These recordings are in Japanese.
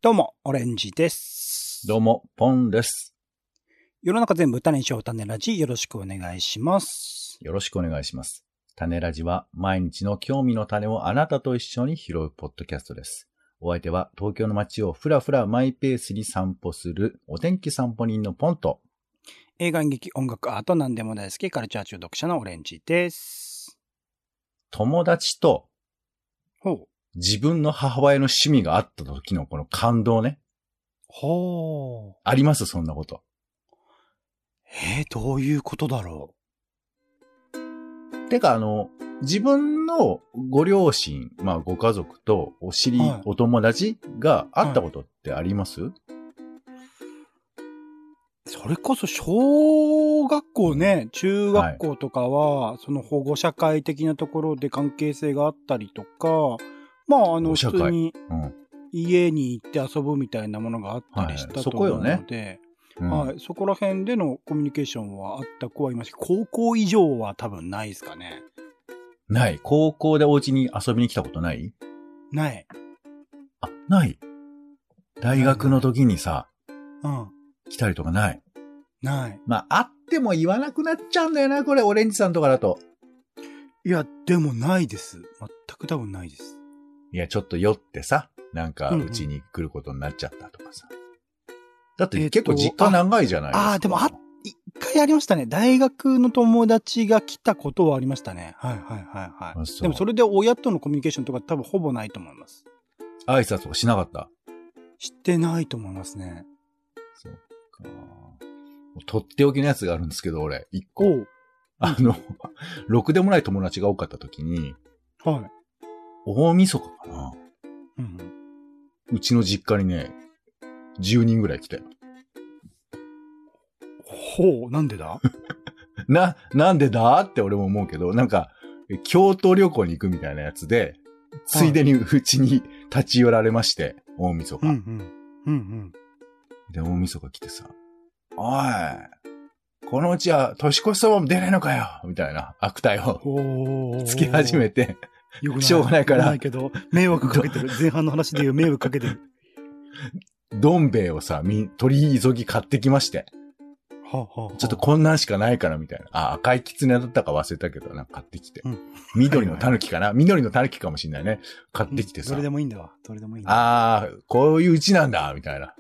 どうも、オレンジです。 どうも、ポンです。 世の中全部種にしよう種ラジ、よろしくお願いします。 よろしくお願いします。種ラジは毎日の興味の種をあなたと一緒に拾うポッドキャストです。お相手は東京の街をふらふらマイペースに散歩するお天気散歩人のポンと、 映画演劇音楽アート何でも大好きカルチャー中毒者のオレンジです。 友達とほう。 自分の母親の趣味があった時のこの感動ね。 ほう。 ありますそんなこと。 どういうことだろう。てか自分のご両親、ご家族とお友達が会ったことってあります？ それこそ小学校ね、中学校とかは、その保護社会的なところで関係性があったりとか、普通に家に行って遊ぶみたいなものがあったりしたと思うので、そこら辺でのコミュニケーションはあった子はいますけど、高校以上は多分ないですかね。 ない。高校でお家に遊びに来たことない？ ない。 あ、ない。大学の時にさ、来たりとかない。 ない。 あっても言わなくなっちゃうんだよな、これ、オレンジさんとかだと。 いや、でもないです。全く多分ないです。 いや、ちょっと酔ってさ、なんか、うちに来ることになっちゃったとかさ。だって結構実家長いじゃないですか。 でも一回ありましたね。大学の友達が来たことはありましたね。はい。でもそれで親とのコミュニケーションとか多分ほぼないと思います。 挨拶とかしなかった？ してないと思いますね。 そうか。とっておきのやつがあるんですけど、俺、一個。ろくでもない友達が多かった時に、大晦日かな。うちの実家にね、10人ぐらい来たよ。 ほう、なんでだなんでだって俺も思うけど、なんか、京都旅行に行くみたいなやつで、ついでにうちに立ち寄られまして、大晦日。で、大晦日来てさ、おい、このうちは年越しそばも出ないのかよみたいな悪態をつけ始めて、しょうがないから。 ないけど、迷惑かけてる。前半の話で言う迷惑かけてる。 どん兵衛をさ、取り急ぎ買ってきまして。ちょっとこんなんしかないからみたいな。赤い狐だったか忘れたけどな、買ってきて。緑の狸かな、緑の狸かもしんないね。買ってきてさ。 どれでもいいんだわ。どれでもいいんだ。 こういううちなんだ、みたいな。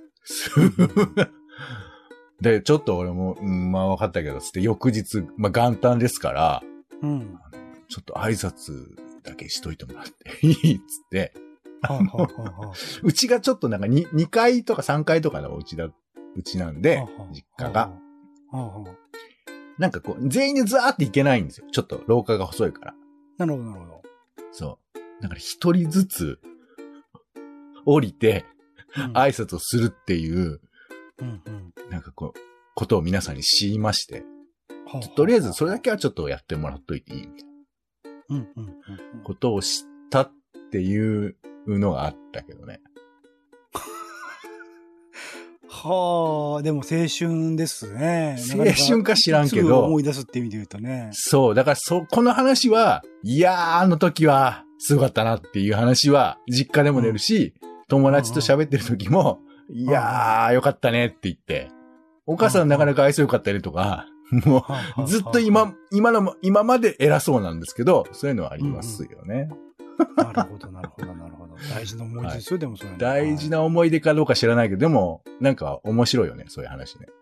で、ちょっと俺も、分かったけど、つって翌日、元旦ですから、ちょっと挨拶だけしといてもらっていいっつって、うちがちょっとなんか 2階とか3階とかのうちなんで、実家が。なんかこう、全員でザーって行けないんですよ。ちょっと廊下が細いから。 なるほど、なるほど。 そう。だから一人ずつ降りて、挨拶をするっていう、なんかことを皆さんに知りまして、とりあえずそれだけはちょっとやってもらっといていいみたいなことを知ったっていうのがあったけどね。 でも青春ですね。 青春か知らんけど。 すぐ思い出すって意味で言うとね。 そう、だからこの話は、いやー、あの時はすごかったなっていう話は実家でも出るし、友達と喋ってる時も、いやー、よかったねって言って、お母さんなかなか愛想よかったねとか、もうずっと今まで偉そうなんですけど、そういうのはありますよね。 なるほど。大事な思い出ですよ、でもそれ。 大事な思い出かどうか知らないけど、でも、なんか面白いよね、そういう話ね。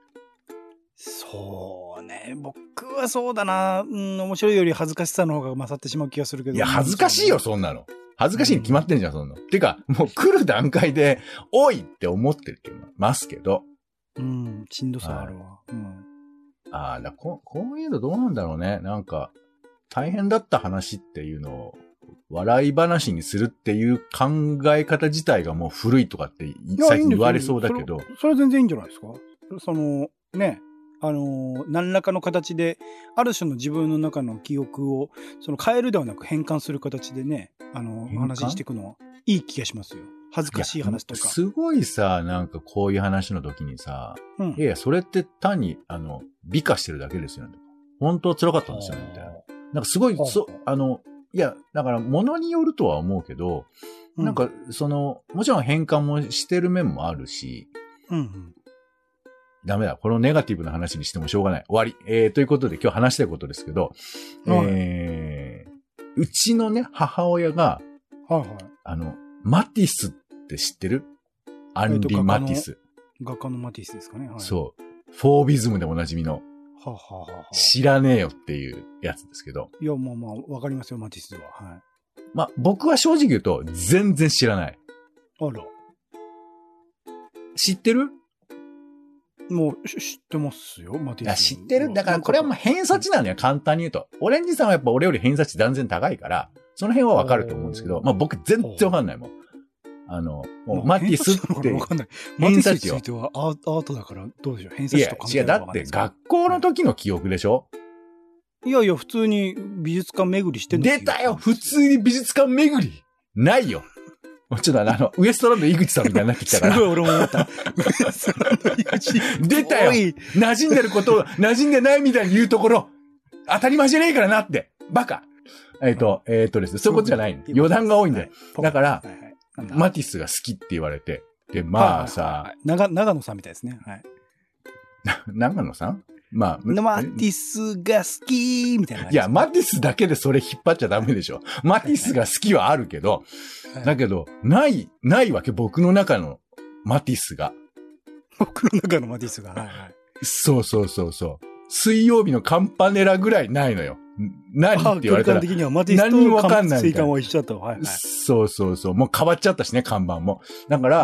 そうね。僕はそうだな。面白いより恥ずかしさの方が勝ってしまう気がするけど。 いや、恥ずかしいよ、そんなの。恥ずかしいに決まってんじゃん、そんなの。てか、もう来る段階で、おいって思ってるますけど。 しんどさあるわ。 こういうのどうなんだろうね。なんか、大変だった話っていうのを、笑い話にするっていう考え方自体がもう古いとかって最近言われそうだけど。 それは全然いいんじゃないですか。何らかの形で、ある種の自分の中の記憶を、変えるではなく変換する形でね、話していくのはいい気がしますよ。恥ずかしい話とか。 すごいさ、なんかこういう話の時にさ、いや、それって単に、美化してるだけですよね。本当は辛かったんですよね、みたいな。なんかすごい、 いや、だから物によるとは思うけど、なんか、もちろん変換もしてる面もあるし、 うんうん。 ダメだ。このネガティブな話にしてもしょうがない。終わり。ということで今日話したいことですけど、うちのね、母親が、 はいはい。 マティスって知ってる？アンリ・マティス。 画家のマティスですかね。はい、 そう。フォービズムでおなじみの。 はははは知らねえよっていうやつですけど。 いや、まあまあ、わかりますよ、マティスは。はい。 まあ、僕は正直言うと、全然知らない。 あら。 知ってる？ もう、知ってますよ、マティス。いや、 知ってる？だからこれはもう偏差値なんだよ、簡単に言うと。オレンジさんはやっぱ俺より偏差値断然高いから、その辺はわかると思うんですけど、まあ僕全然わかんないもん。もうマティスって。 わかんない。マティスについてはアートだからどうでしょう、偏差値と関係ない。 いや、違う、だって学校の時の記憶でしょ？ いやいや、普通に美術館巡りしてんの。出たよ、普通に美術館巡りないよ。ちょっとウエストランド井口さんみたいになってきたから。 すごい俺も思った。ウエストランド井口。 出たよ。馴染んでることを馴染んでないみたいに言うところ。当たり前じゃねえからなって。バカ。ですね。そういうことじゃないの。余談が多いんだよ。だから、マティスが好きって言われて。で、まあさ。 長野さんみたいですね。はい。 長野さん？まあ。 マティスが好きみたいな。 いや、マティスだけでそれ引っ張っちゃダメでしょ。マティスが好きはあるけど、だけど、ないわけ、僕の中のマティスが。 僕の中のマティスが。はいはい。 そう。水曜日のカンパネラぐらいないのよ。何って言われたら。 的にはマティスと何もわかんない。 水管は一緒だった。はいはい。 そう。もう変わっちゃったしね、看板も。だから、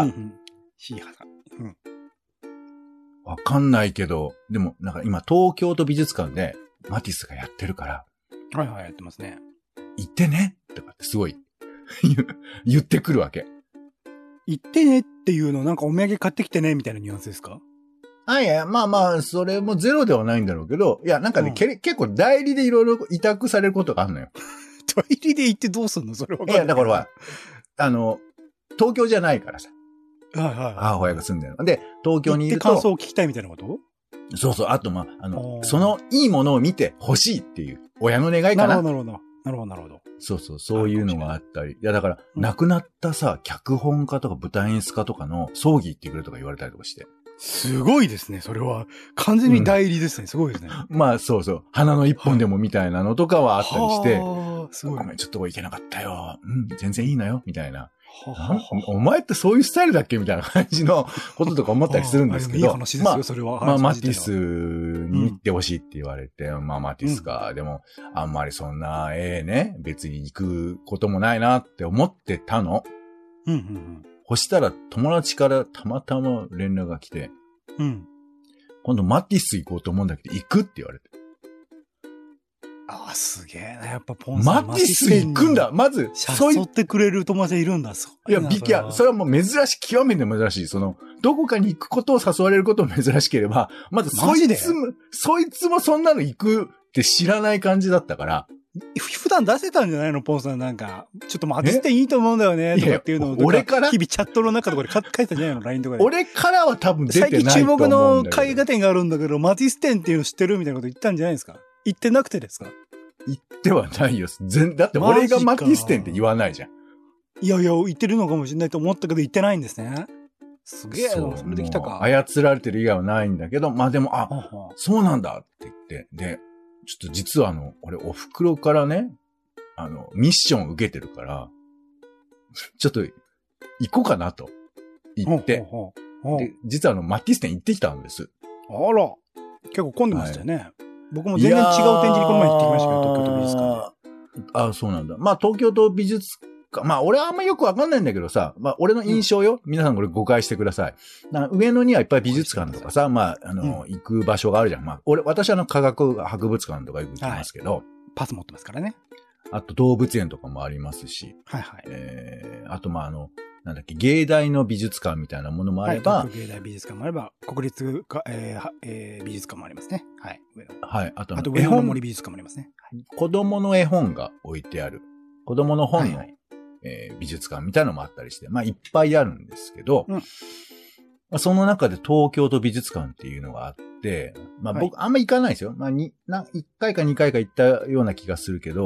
わかんないけど、でも、なんか今、東京都美術館でマティスがやってるから。 はいはい、やってますね。 行ってねとかってすごい言ってくるわけ。 行ってねっていうのなんかお土産買ってきてねみたいなニュアンスですか？ いや、まあ、それもゼロではないんだろうけど、いや、なんかね、結構代理でいろいろ委託されることがあるのよ。 代理で行ってどうすんのそれは。 いや、だからは、東京じゃないからさ。 はいはいはい。 母親が住んでるの。で、東京にいると。 行って感想を聞きたいみたいなこと？ そう。あと、そのいいものを見て欲しいっていう、親の願いかな。 なるほど。 そういうのがあったり。いや、だから、亡くなったさ、脚本家とか舞台演出家とかの葬儀行ってくれとか言われたりとかして。 すごいですね、それは。完全に代理ですね、すごいですね。 まあ、そう。花の一本でもみたいなのとかはあったりして、 すごい。 ごめん、ちょっと行けなかったよ。全然いいのよ、みたいな。お前ってそういうスタイルだっけみたいな感じのこととか思ったりするんですけど。 いい話ですよ、それは。 マティスに行ってほしいって言われて、マティスか。でも、あんまりそんな、別に行くこともないなって思ってたの。そしたら友達からたまたま連絡が来て、今度マティス行こうと思うんだけど、行くって言われて。 ああ、すげえな。やっぱポンさん。 マティス行くんだ。まず、 誘ってくれる友達いるんだ。 いや、それはもう珍しい、極めて珍しい。どこかに行くことを誘われることも珍しければ、まずそいつもそんなの行くって知らない感じだったから。 普段出せたんじゃないのポンさんなんか。ちょっとマティスっていいと思うんだよね。とかっていうのを。 俺から日々チャットの中とかで書いてたんじゃないの ?LINE とかで。 俺からは多分出てないと思うんだ最近注目の絵画展があるんだけど、マティス展っていうの知ってるみたいなこと言ったんじゃないですか？言ってなくてですか？ 言ってはないよ。だって俺がマティス展って言わないじゃん。 いや、言ってるのかもしれないと思ったけど言ってないんですね。すげえな、それできたか。 操られてる以外はないんだけど、まあでも、そうなんだって言って。で、ちょっと実は俺お袋からね、ミッション受けてるから、ちょっと行こうかなと言って、で、実はマティス展行ってきたんです。 あら、結構混んでましたよね。僕も全然違う展示にこの前行ってきましたけど、東京都美術館で。 そうなんだ。まあ、東京都美術館、まあ、俺はあんまよくわかんないんだけどさ、まあ、俺の印象よ。皆さんこれ誤解してください。上野にはいっぱい美術館とかさ、まあ、行く場所があるじゃん。まあ、私は科学博物館とかよく行きますけど。 パス持ってますからね。 あと動物園とかもありますし。 はいはい。 あと、まあ、なんだっけ、芸大の美術館みたいなものもあれば、 芸大美術館もあれば、国立美術館もありますね。はい。 はい。あと上野の森美術館もありますね。 子供の絵本が置いてある。子供の本の、美術館みたいなのもあったりして、まあいっぱいあるんですけど、その中で東京都美術館っていうのがあって、まあ僕あんま行かないですよ。まあ1回か2回か行ったような気がするけど、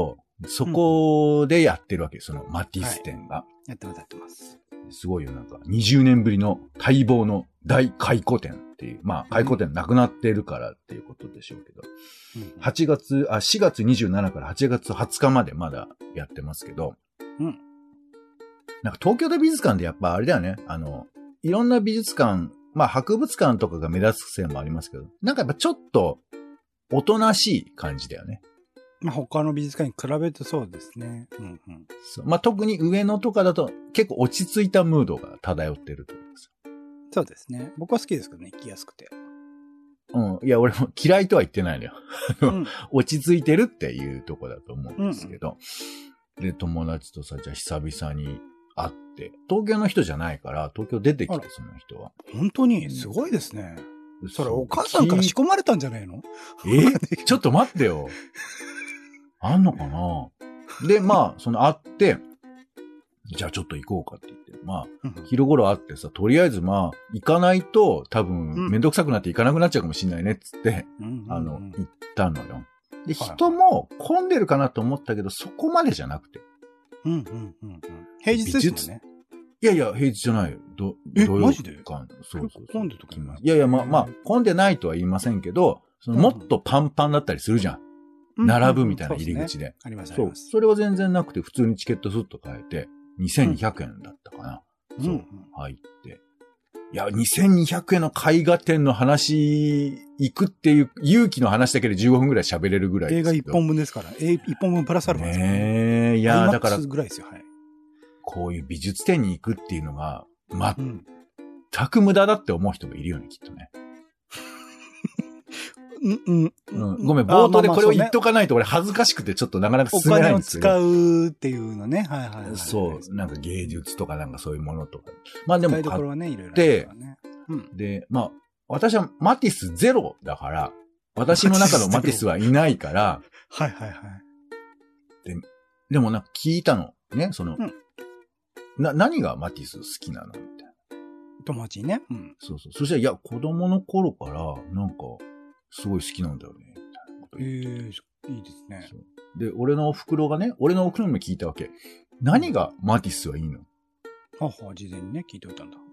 そこでやってるわけ、そのマティス展が。 やってます。 すごいよ、なんか、20年ぶりの待望の大回顧展っていう、まあ、回顧展なくなってるからっていうことでしょうけど、4月27から8月20日までまだやってますけど、なんか東京都美術館でやっぱあれだよね、いろんな美術館、まあ博物館とかが目立つ線もありますけど、なんかやっぱちょっと、おとなしい感じだよね。 まあ他の美術館に比べるとそうですね。 そうまあ特に上野とかだと結構落ち着いたムードが漂ってるというか。 そうですね。僕は好きですけどね、行きやすくて。 いや、俺も嫌いとは言ってないのよ。落ち着いてるっていうとこだと思うんですけど。で、友達とさ、じゃあ久々に会って、東京の人じゃないから、東京出てきて、その人は。 本当にすごいですね。それお母さんから仕込まれたんじゃないの？ ちょっと待ってよ。あんのかな？で、まあ、会って、じゃあちょっと行こうかって言って、まあ、昼頃会ってさ、とりあえずまあ、行かないと多分めんどくさくなって行かなくなっちゃうかもしれないねっつって、行ったのよ。で、人も混んでるかなと思ったけど、そこまでじゃなくて。 平日ですもんね。 いやいや、平日じゃないよ。土曜マジで？ そう。 混んでるときいやいや、まあ、混んでないとは言いませんけど、もっとパンパンだったりするじゃん。並ぶみたいな入り口で。 あります。 そう。それは全然なくて、普通にチケットスッと買えて、2200円だったかな。そう。入って。いや、2200円の絵画展の話、行くっていう勇気の話だけで15分ぐらい喋れるぐらいです。映画1本分ですから。1本分プラスアルファですからね。いや、だから、 ぐらいですよ。はい。 こういう美術展に行くっていうのが、全く無駄だって思う人もいるよね、きっとね。ごめん、冒頭でこれを言っとかないと俺恥ずかしくてちょっとなかなか進めないんですけど。 お金を使うっていうのね。 そう。なんか芸術とかなんかそういうものとか。まあでも買って、で、まあ、私はマティスゼロだから、私の中のマティスはいないから、でもなんか聞いたの。ね、何がマティス好きなのみたいな。 友達にね。 そう。そしたら、いや、子供の頃から、なんか、すごい好きなんだよね、みたいなこと言って。 いいですね。 で、俺のお袋にも聞いたわけ。何がマティスはいいの？ 事前にね、聞いておいたんだ。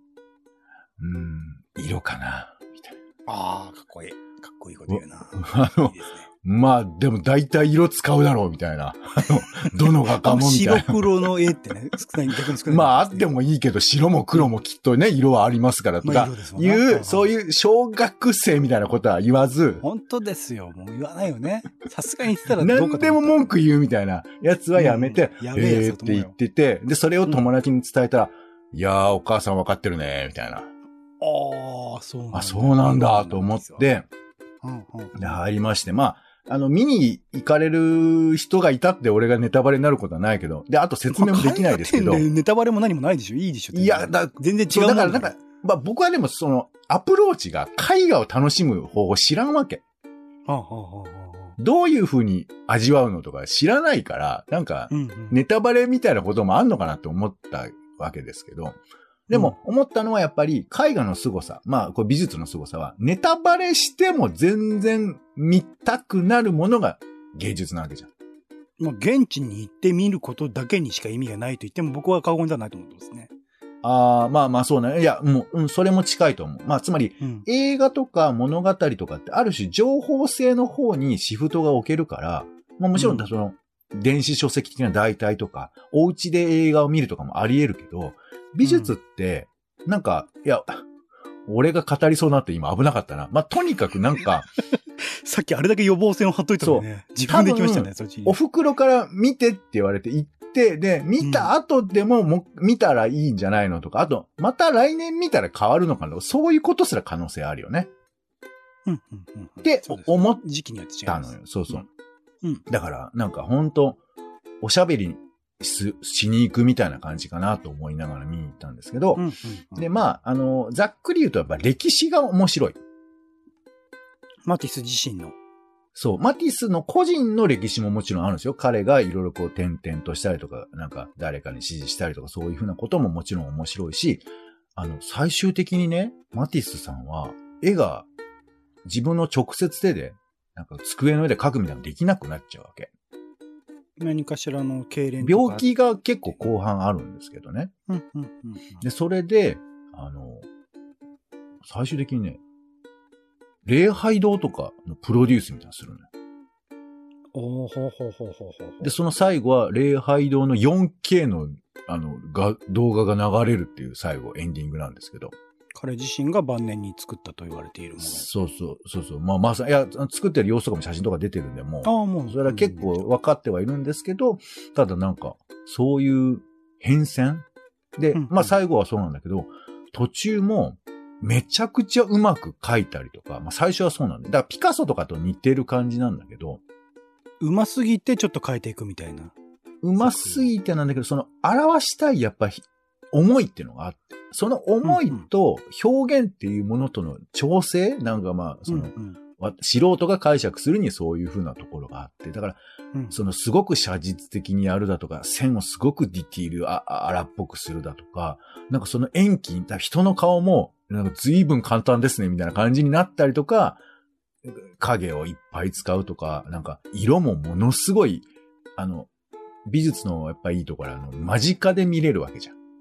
色かな、みたいな。かっこいい。かっこいいこと言うな。いいですね。 まあ、でも大体色使うだろう、みたいな。どの画家もみたいな。 白黒の絵ってね、逆に少ない。 まあ、あってもいいけど、白も黒もきっとね、色はありますからとか、そういう小学生みたいなことは言わず。 本当ですよ。もう言わないよね。さすがに言ってたらどうかと何でも文句言うみたいなやつはやめて、って言ってて、で、それを友達に伝えたら、いやー、お母さん分かってるね、みたいな。 そうなんだ。 そうなんだ、と思って、入りまして、まあ、見に行かれる人がいたって俺がネタバレになることはないけど、で、あと説明もできないですけど。 ネタバレも何もないでしょ？いいでしょ？ いや、 全然違う。 だからなんか、まあ僕はでもアプローチが絵画を楽しむ方法知らんわけ。どういう風に味わうのとか知らないから、なんか、ネタバレみたいなこともあんのかなって思ったわけですけど、でも、思ったのはやっぱり絵画の凄さ、まあ、これ美術の凄さは、ネタバレしても全然見たくなるものが芸術なわけじゃん。 まあ、現地に行って見ることだけにしか意味がないと言っても僕は過言ではないと思ってますね。 まあそうね。いや、もう、それも近いと思う。まあ、つまり、映画とか物語とかってある種情報性の方にシフトが置けるから、まあもちろん電子書籍的な代替とか、お家で映画を見るとかもあり得るけど、美術って、なんか、いや、俺が語りそうになって今危なかったな。まあ、とにかくなんか、 さっきあれだけ予防線を張っといたのね。自分で行きましたね、そっちに。 お袋から見てって言われて行って、で、見た後でも見たらいいんじゃないのとか、あと、また来年見たら変わるのかなとか、そういうことすら可能性あるよね。って思ったのよ。そう。だから、なんか本当おしゃべりしに行くみたいな感じかなと思いながら見に行ったんですけど、で、まあ、ざっくり言うとやっぱ歴史が面白い。 マティス自身の。 そう、マティスの個人の歴史ももちろんあるんですよ。彼がいろいろこう転々としたりとか、なんか誰かに指示したりとかそういうふうなことももちろん面白いし、最終的にね、マティスさんは絵が自分の直接手で、なんか机の上で描くみたいなのできなくなっちゃうわけ。 何かしらの痙攣とか。 病気が結構後半あるんですけどね。で、それで、最終的にね、礼拝堂とかのプロデュースみたいなのするのよ。で、その最後は礼拝堂の 4K の動画が流れるっていう最後エンディングなんですけど。 彼自身が晩年に作ったと言われているもの。 そう。まあ、いや、作ってる様子とかも写真とか出てるんで、もうそれは結構分かってはいるんですけど、ただなんか、そういう変遷で、まあ最後はそうなんだけど、途中もめちゃくちゃうまく描いたりとか、まあ最初はそうなんだ。だからピカソとかと似てる感じなんだけど、 うますぎてちょっと変えていくみたいな。 うますぎてなんだけど、その表したいやっぱり思いっていうのがあって、その思いと表現っていうものとの調整なんかまあ、素人が解釈するにそういう風なところがあって、だから、そのすごく写実的にやるだとか、線をすごくディティール荒っぽくするだとか、なんかその演技、人の顔も、なんか随分簡単ですね、みたいな感じになったりとか、影をいっぱい使うとか、なんか色もものすごい、美術のやっぱいいところは、間近で見れるわけじゃん。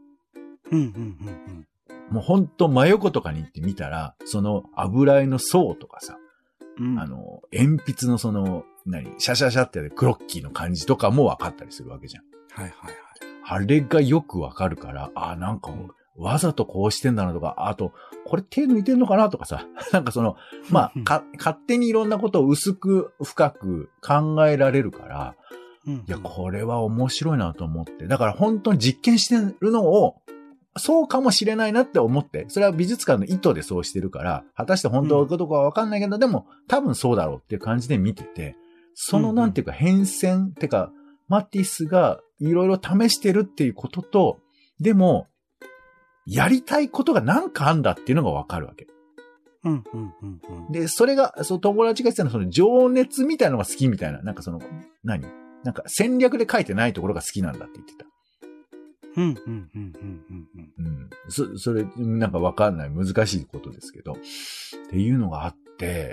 もうほんと真横とかに行ってみたら、その油絵の層とかさ、鉛筆のその、シャシャシャってやるクロッキーの感じとかも分かったりするわけじゃん。あれがよく分かるから、なんか、わざとこうしてんだなとか、あと、これ手抜いてんのかなとかさ、なんかその、まあ、勝手にいろんなことを薄く深く考えられるから、いや、これは面白いなと思って。だから本当に実験してるのを、そうかもしれないなって思って、それは美術館の意図でそうしてるから、果たして本当かどうかはわかんないけど、でも多分そうだろうっていう感じで見てて、そのなんていうか変遷ってか、マティスがいろいろ試してるっていうことと、でも、やりたいことがなんかあんだっていうのがわかるわけ。で、それが、友達が言ってたのはその情熱みたいなのが好きみたいな、なんかその、なんか戦略で書いてないところが好きなんだって言ってた。それ、なんかわかんない難しいことですけど、っていうのがあって、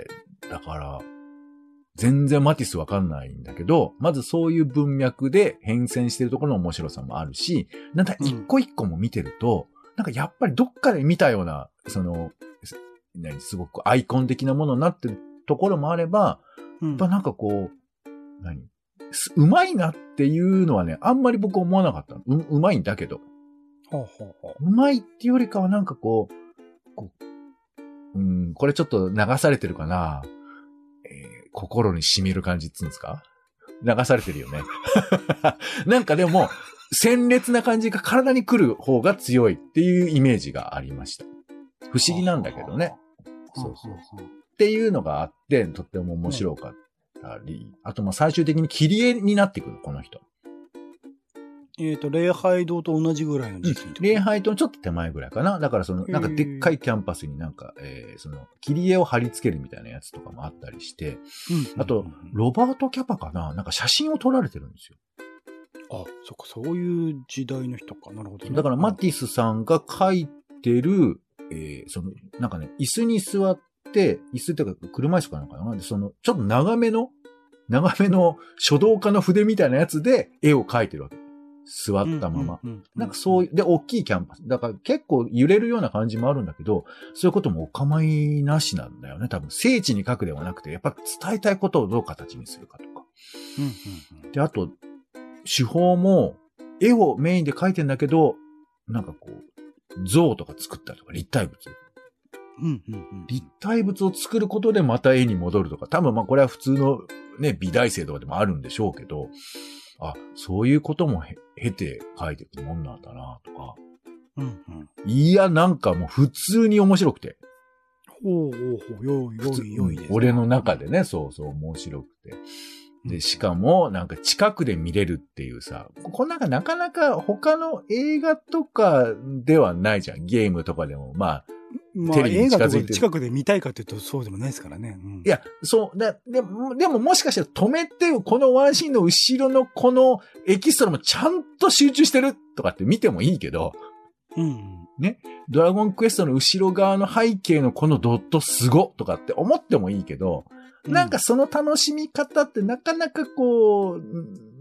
だから、全然マティスわかんないんだけど、まずそういう文脈で変遷してるところの面白さもあるし、なんか一個一個も見てると、なんかやっぱりどっかで見たような、その、すごくアイコン的なものになってるところもあれば、やっぱなんかこう、うまいなっていうのはね、あんまり僕思わなかった。うまいんだけど。うまいっていうよりかはなんかこれちょっと流されてるかな。心に染みる感じっつうんですか？流されてるよね。なんかでも、鮮烈な感じが体に来る方が強いっていうイメージがありました。不思議なんだけどね。そう。っていうのがあって、とっても面白かったり、あと最終的に切り絵になってくる、この人。 礼拝堂と同じぐらいの時期、 礼拝堂のちょっと手前ぐらいかな。だからなんかでっかいキャンパスになんか、切り絵を貼り付けるみたいなやつとかもあったりして、あと、ロバート・キャパかな、なんか写真を撮られてるんですよ。 そっか、そういう時代の人か。なるほど、ね。 だからマティスさんが描いてる、なんかね、椅子に座って、椅子っていうか車椅子かなんかな。ちょっと長めの書道家の筆みたいなやつで絵を描いてるわけ。座ったまま。なんかそういう、で、大きいキャンパス。だから結構揺れるような感じもあるんだけど、そういうこともお構いなしなんだよね。多分、聖地に書くではなくて、やっぱ伝えたいことをどう形にするかとか。で、あと、手法も、絵をメインで描いてんだけど、なんかこう、像とか作ったりとか、立体物。立体物を作ることでまた絵に戻るとか、多分これは普通のね、美大生とかでもあるんでしょうけど、そういうことも経て描いていくもんなんだなとか。いや、なんかもう普通に面白くて。 良いですね。 俺の中でね、そう面白くて。で、しかも、なんか近くで見れるっていうさ、こんなんかなかなか他の映画とかではないじゃん。ゲームとかでも、テレビに近づいてる。映画とか近くで見たいかっていうとそうでもないですからね。 いや、でももしかしたら止めて、このワンシーンの後ろのこのエキストラもちゃんと集中してるとかって見てもいいけど、ね、ドラゴンクエストの後ろ側の背景のこのドットすごとかって思ってもいいけど、なんかその楽しみ方ってなかなかこう、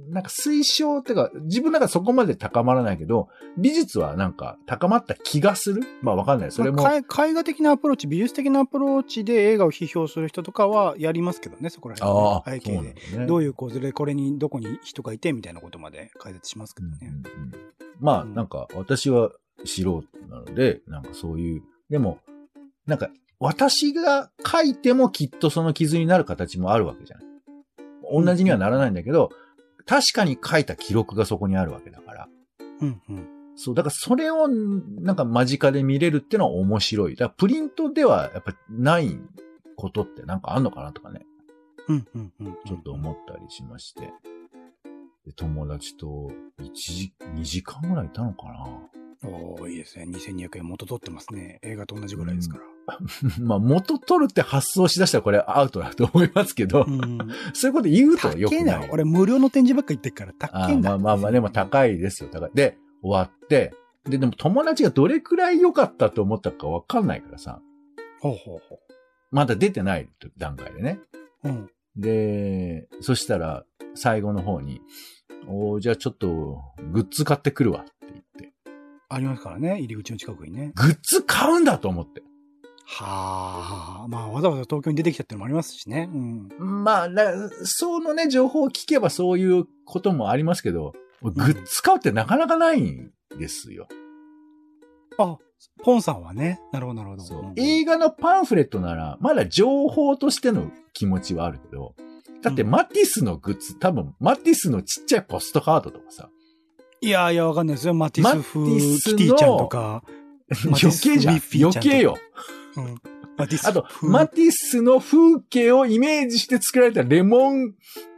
なんか推奨ってか、自分なんかそこまで高まらないけど、美術はなんか高まった気がする。まあわかんない。それも。 絵画的なアプローチ、美術的なアプローチで映画を批評する人とかはやりますけどね、そこら辺、ね。背景で、ね。どういう構図でこれにどこに人がいてみたいなことまで解説しますけどね。 まあなんか私は素人なので、なんかそういう、でも、なんか私が描いてもきっとその傷になる形もあるわけじゃない。同じにはならないんだけど、確かに書いた記録がそこにあるわけだから。そう、だからそれをなんか間近で見れるってのは面白い。だからプリントではやっぱないことってなんかあんのかなとかね。ちょっと思ったりしまして。で友達と2時間ぐらいいたのかな。 おー、いいですね。2200円元取ってますね。映画と同じぐらいですから。 まあ元取るって発想しだしたらこれアウトだと思いますけど、そういうこと言うとよくない。 俺無料の展示ばっか言ってるから高いんだ。 まあでも高いですよ。高い。で、終わって、でも友達がどれくらい良かったと思ったかわかんないからさ。まだ出てない段階でね。で、そしたら最後の方に、じゃあちょっとグッズ買ってくるわって言って。 ありますからね、入り口の近くにね。 グッズ買うんだと思って。 はあ、まあわざわざ東京に出てきたってのもありますしね。 まあ、そのね、情報を聞けばそういうこともありますけど、グッズ買うってなかなかないんですよ。 あ、ポンさんはね。なるほど、なるほど。 そう。映画のパンフレットなら、まだ情報としての気持ちはあるけど、だってマティスのグッズ、多分、マティスのちっちゃいポストカードとかさ。 いや、わかんないですよ。マティス風キティちゃんとか。 余計じゃん。余計よ。あと、マティスの風景をイメージして作られたレモン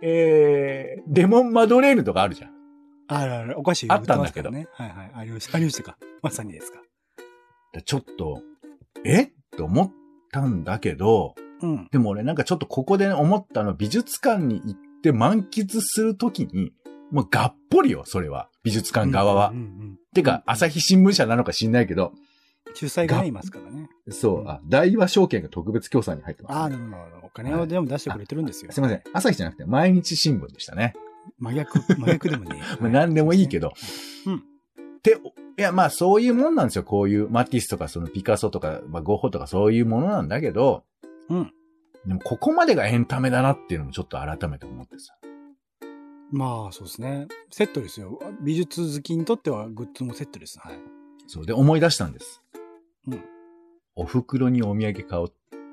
マドレーヌとかあるじゃん。 ある。お菓子あったんだけど。 ね。はい。ありましたか。まさにですか。 ちょっと、と思ったんだけど、でも俺なんかちょっとここで思ったの、美術館に行って満喫するときに、もうがっぽりよ、それは。美術館側は。てか、朝日新聞社なのか知んないけど。 主催がいますからね。 そう、大和証券が特別協賛に入ってます、 なるほど。お金をでも出してくれてるんですよ。 すいません。朝日じゃなくて毎日新聞でしたね。 真逆でもね。 まあ何でもいいけど。いや、まあそういうもんなんですよ。こういうマティスとかそのピカソとか、まあゴッホとかそういうものなんだけど。でもここまでがエンタメだなっていうのもちょっと改めて思ってさ。 まあそうですね。セットですよ。美術好きにとってはグッズもセットです。はい。 そうで思い出したんです。お袋にお土産買おう。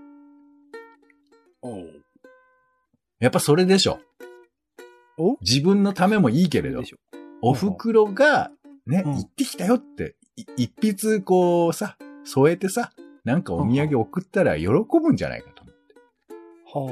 やっぱそれでしょ。自分のためもいいけれど、お袋がね、行ってきたよって、一筆こうさ、添えてさ、なんかお土産送ったら喜ぶんじゃないかと思って。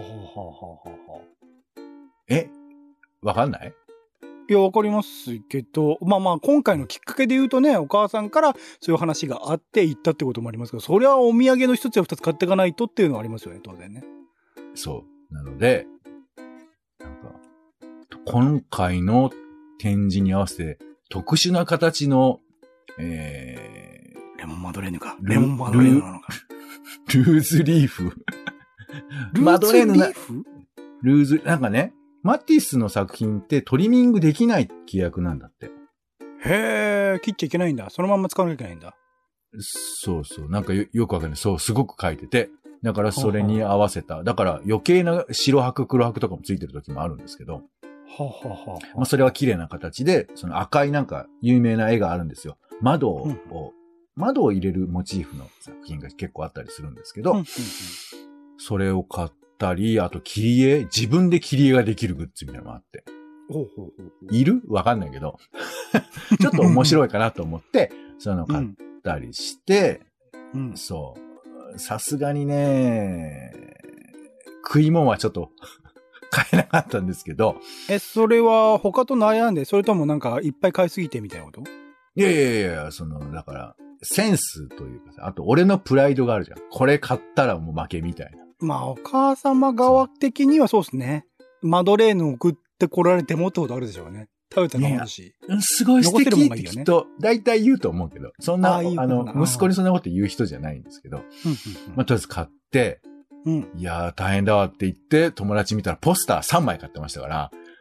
わかんない？ いや、わかりますけど、まあ今回のきっかけで言うとね、お母さんからそういう話があって行ったってこともありますけど、それはお土産の一つや二つ買っていかないとっていうのはありますよね、当然ね。 そう。なので、なんか、今回の展示に合わせて特殊な形の、 レモンマドレーヌか。レモンマドレーヌなのか。 ルーズリーフ。 マドレーヌリーフ？ ルーズ、なんかね、マティスの作品ってトリミングできない規約なんだって。 へー、切っちゃいけないんだ。そのまんま使わなきゃいけないんだ。 そう。なんかよくわかんない。そう、すごく書いてて。だからそれに合わせた。だから余計な白白黒白とかもついてる時もあるんですけど。まあそれは綺麗な形で、その赤いなんか有名な絵があるんですよ。窓を入れるモチーフの作品が結構あったりするんですけど、それを買ったり、あと切り絵、自分で切り絵ができるグッズみたいなのもあって。いる？わかんないけど。ちょっと面白いかなと思って、そういうのを買ったりして、そう。さすがにね、食い物はちょっと買えなかったんですけど。 それは他と悩んで、それともなんかいっぱい買いすぎてみたいなこと？ いや、だから、センスというかさ、あと俺のプライドがあるじゃん。これ買ったらもう負けみたいな。 まあ、お母様側的にはそうですね。マドレーヌを送ってこられてもってことあるでしょうね。食べたのもあるし。 すごい素敵ってきっと、大体言うと思うけど、そんな、息子にそんなこと言う人じゃないんですけど、まあ、とりあえず買って、いやー大変だわって言って、友達見たらポスター3枚買ってましたから、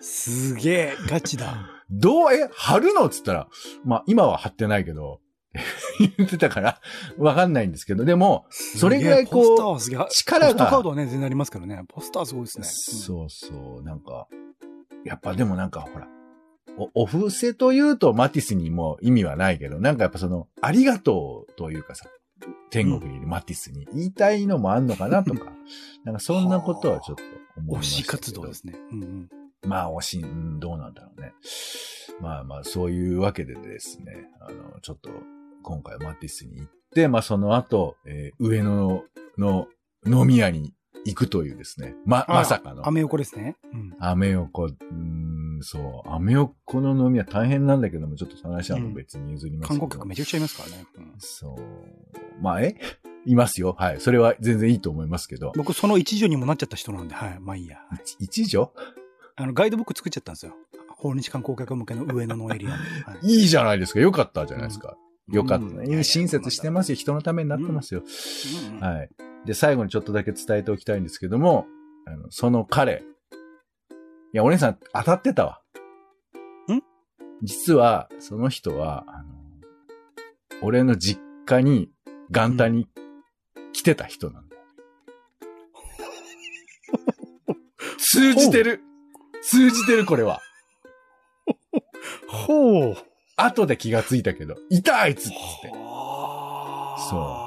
すげえ、ガチだ。 貼るのっつったら、まあ今は貼ってないけど、言ってたから、わかんないんですけど、でも、それぐらいこう、力が。ポストカードはね、全然ありますからね。ポスターすごいですね。 そうそう、なんか、やっぱでもなんかほら、お布施というとマティスにも意味はないけど、なんかやっぱありがとうというかさ、天国にいるマティスに言いたいのもあんのかなとか、なんかそんなことはちょっと思いましたけど。 推し活動ですね。 まあどうなんだろうね。まあまあそういうわけでですね、ちょっと今回マティスに行って、まあその後、上野の飲み屋に行くというですね。まさかの。 アメ横ですね。 アメ横、そう。アメ横の飲み屋大変なんだけども、ちょっと話は別に譲りますけど。 観光客めちゃくちゃいますからね。 そう。まあ、いますよ。はい。それは全然いいと思いますけど。 僕その一助にもなっちゃった人なんで、はい。まあいいや。 一助？ ガイドブック作っちゃったんですよ。訪日観光客向けの上野のエリア。 いいじゃないですか。よかったじゃないですか。よかったね。親切してますよ。人のためになってますよ。はい。で、最後にちょっとだけ伝えておきたいんですけども、その彼。いや、お姉さん当たってたわ。実は、その人は、俺の実家に元旦に来てた人なんだよ。通じてる、これは。 ほう。 後で気がついたけど、いたあいつっつって。そう。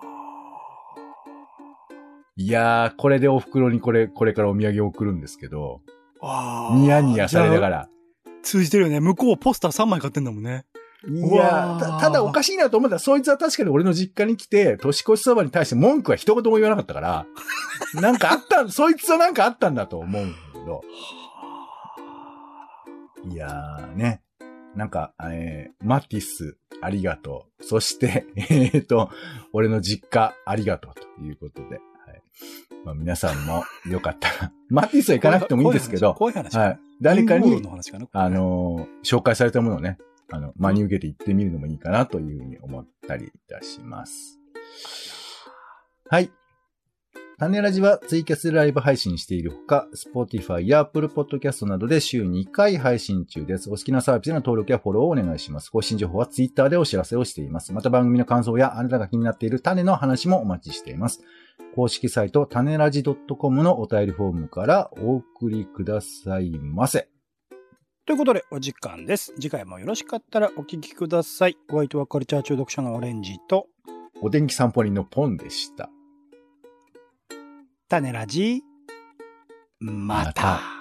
いやー、これでお袋にこれからお土産を送るんですけど、ニヤニヤされながら。 通じてるよね。向こうポスター3枚買ってんだもんね。 いやー、ただおかしいなと思ったら、そいつは確かに俺の実家に来て、年越しそばに対して文句は一言も言わなかったから、なんかあった、そいつはなんかあったんだと思うんだけど。いやーね。なんか、マティス、ありがとう。そして、俺の実家、ありがとうということで。はい。まあ、皆さんもよかったら、マティスは行かなくてもいいんですけど、 はい。 誰かに、紹介されたものをね、真に受けて行ってみるのもいいかなというふうに思ったりいたします。はい。種ラジはツイキャスでライブ配信しているほか、Spotify や Apple Podcast などで週2回配信中です。お好きなサービスへの登録やフォローをお願いします。更新情報は Twitter でお知らせをしています。また番組の感想やあなたが気になっている種の話もお待ちしています。公式サイト種ラジ .com のお便りフォームからお送りくださいませ。 ということでお時間です。次回もよろしかったらお聞きください。お相手はカルチャー中毒者のオレンジとお天気散歩人のポンでした。 種ラジまた。